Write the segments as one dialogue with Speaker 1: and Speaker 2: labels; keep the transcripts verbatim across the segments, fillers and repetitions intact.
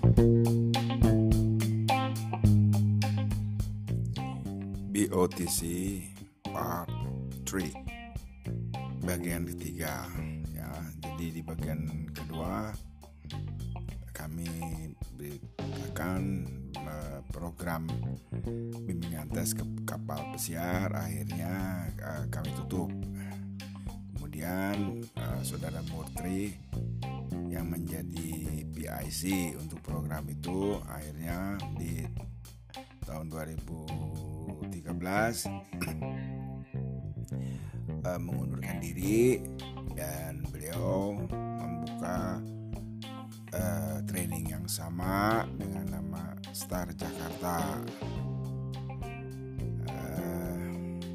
Speaker 1: B O T C Part tiga bagian ketiga ya. Jadi di bagian kedua kami berikan program bimbingan tes ke kapal pesiar, akhirnya uh, kami tutup. Kemudian uh, saudara Murtri yang menjadi P I C untuk program itu akhirnya di tahun dua ribu tiga belas uh, mengundurkan diri, dan beliau membuka uh, training yang sama dengan nama Star Jakarta. Uh,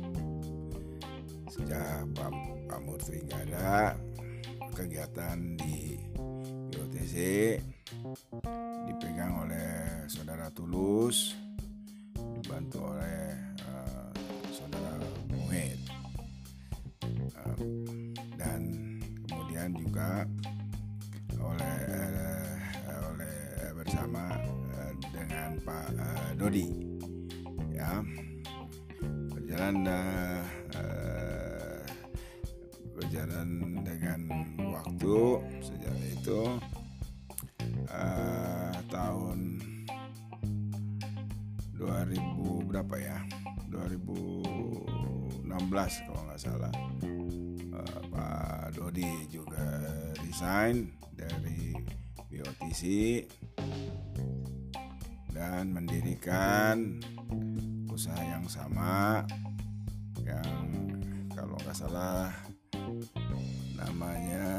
Speaker 1: sejak Pak, Pak Murtri nggak ada, kegiatan di B O T C dipegang oleh saudara Tulus, dibantu oleh uh, saudara Muhid, uh, dan kemudian juga oleh uh, oleh bersama uh, dengan Pak uh, Dodi ya. Berjalan uh, uh, berjalan dengan waktu. Sejak itu uh, tahun dua ribu berapa ya, dua ribu enam belas kalau nggak salah, uh, Pak Dodi juga resign dari B O T C dan mendirikan usaha yang sama yang kalau nggak salah namanya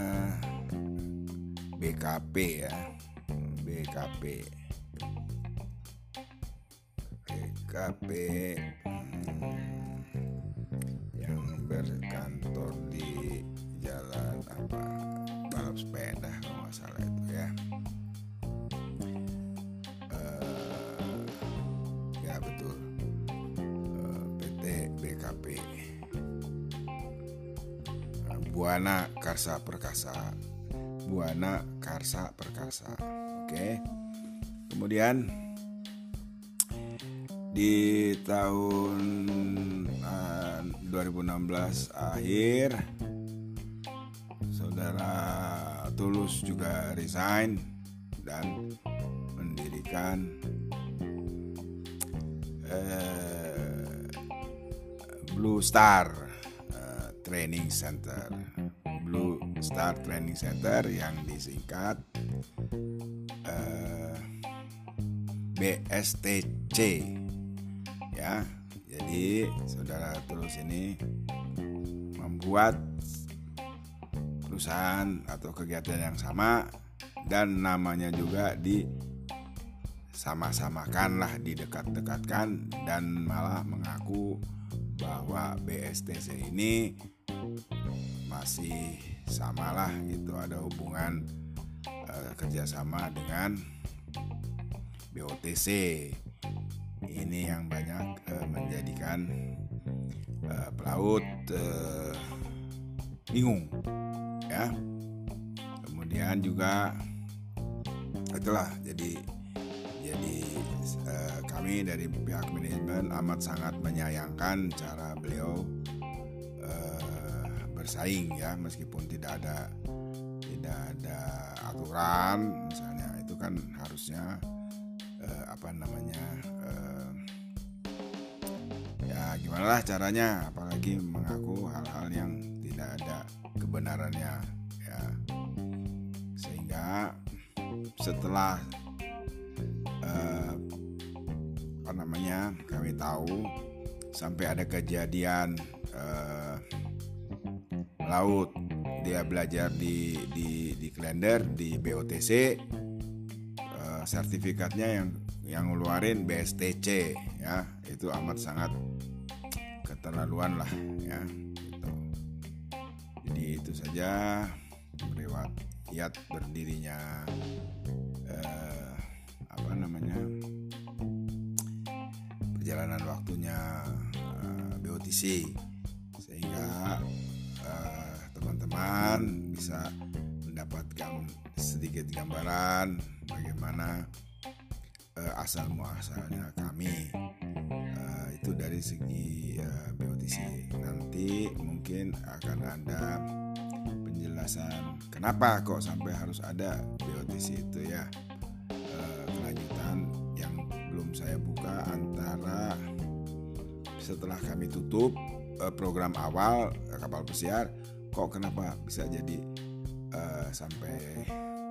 Speaker 1: B K P ya, B K P B K P hmm, yang berkantor di jalan apa balap sepeda kalau nggak salah itu ya. Uh, ya betul, uh, P T B K P uh, Buana Karsa Perkasa Buana Karsa Perkasa. Oke. Kemudian di tahun uh, dua ribu enam belas akhir, saudara Tulus juga resign dan mendirikan uh, Blue Star uh, Training Center. Blue Star Training Center yang disingkat uh, B S T C ya. Jadi saudara Tulus ini membuat perusahaan atau kegiatan yang sama, dan namanya juga di sama-samakan lah, didekat-dekatkan, dan malah mengaku bahwa B S T C ini masih samalah gitu, ada hubungan uh, kerjasama dengan B O T C. Ini yang banyak uh, menjadikan uh, pelaut uh, bingung ya. Kemudian juga itulah jadi jadi uh, kami dari pihak manajemen amat sangat menyayangkan cara beliau uh, bersaing ya, meskipun tidak ada tidak ada aturan misalnya, itu kan harusnya uh, apa namanya uh, ya gimana lah caranya, apalagi mengaku hal-hal yang tidak ada kebenarannya ya. Sehingga setelah uh, apa namanya kami tahu sampai ada kejadian uh, laut, dia belajar di di di Klender di B O T C, uh, sertifikatnya yang yang ngeluarin B S T C ya, itu amat sangat keterlaluan lah ya gitu. Jadi itu saja riwayat berdirinya uh, apa namanya perjalanan waktunya uh, B O T C, sehingga uh, teman-teman bisa mendapatkan sedikit gambaran bagaimana uh, asal muasalnya kami. Uh, itu dari segi uh, B O T C. Nanti mungkin akan ada penjelasan kenapa kok sampai harus ada B O T C itu ya. Uh, kelanjutan yang belum saya buka antara setelah kami tutup uh, program awal uh, kapal pesiar, kok kenapa bisa jadi uh, sampai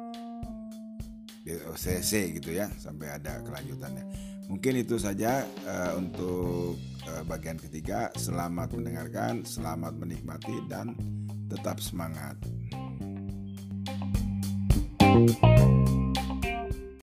Speaker 1: B O C C gitu ya, sampai ada kelanjutannya. Mungkin itu saja uh, untuk uh, bagian ketiga. Selamat mendengarkan, selamat menikmati, dan tetap semangat.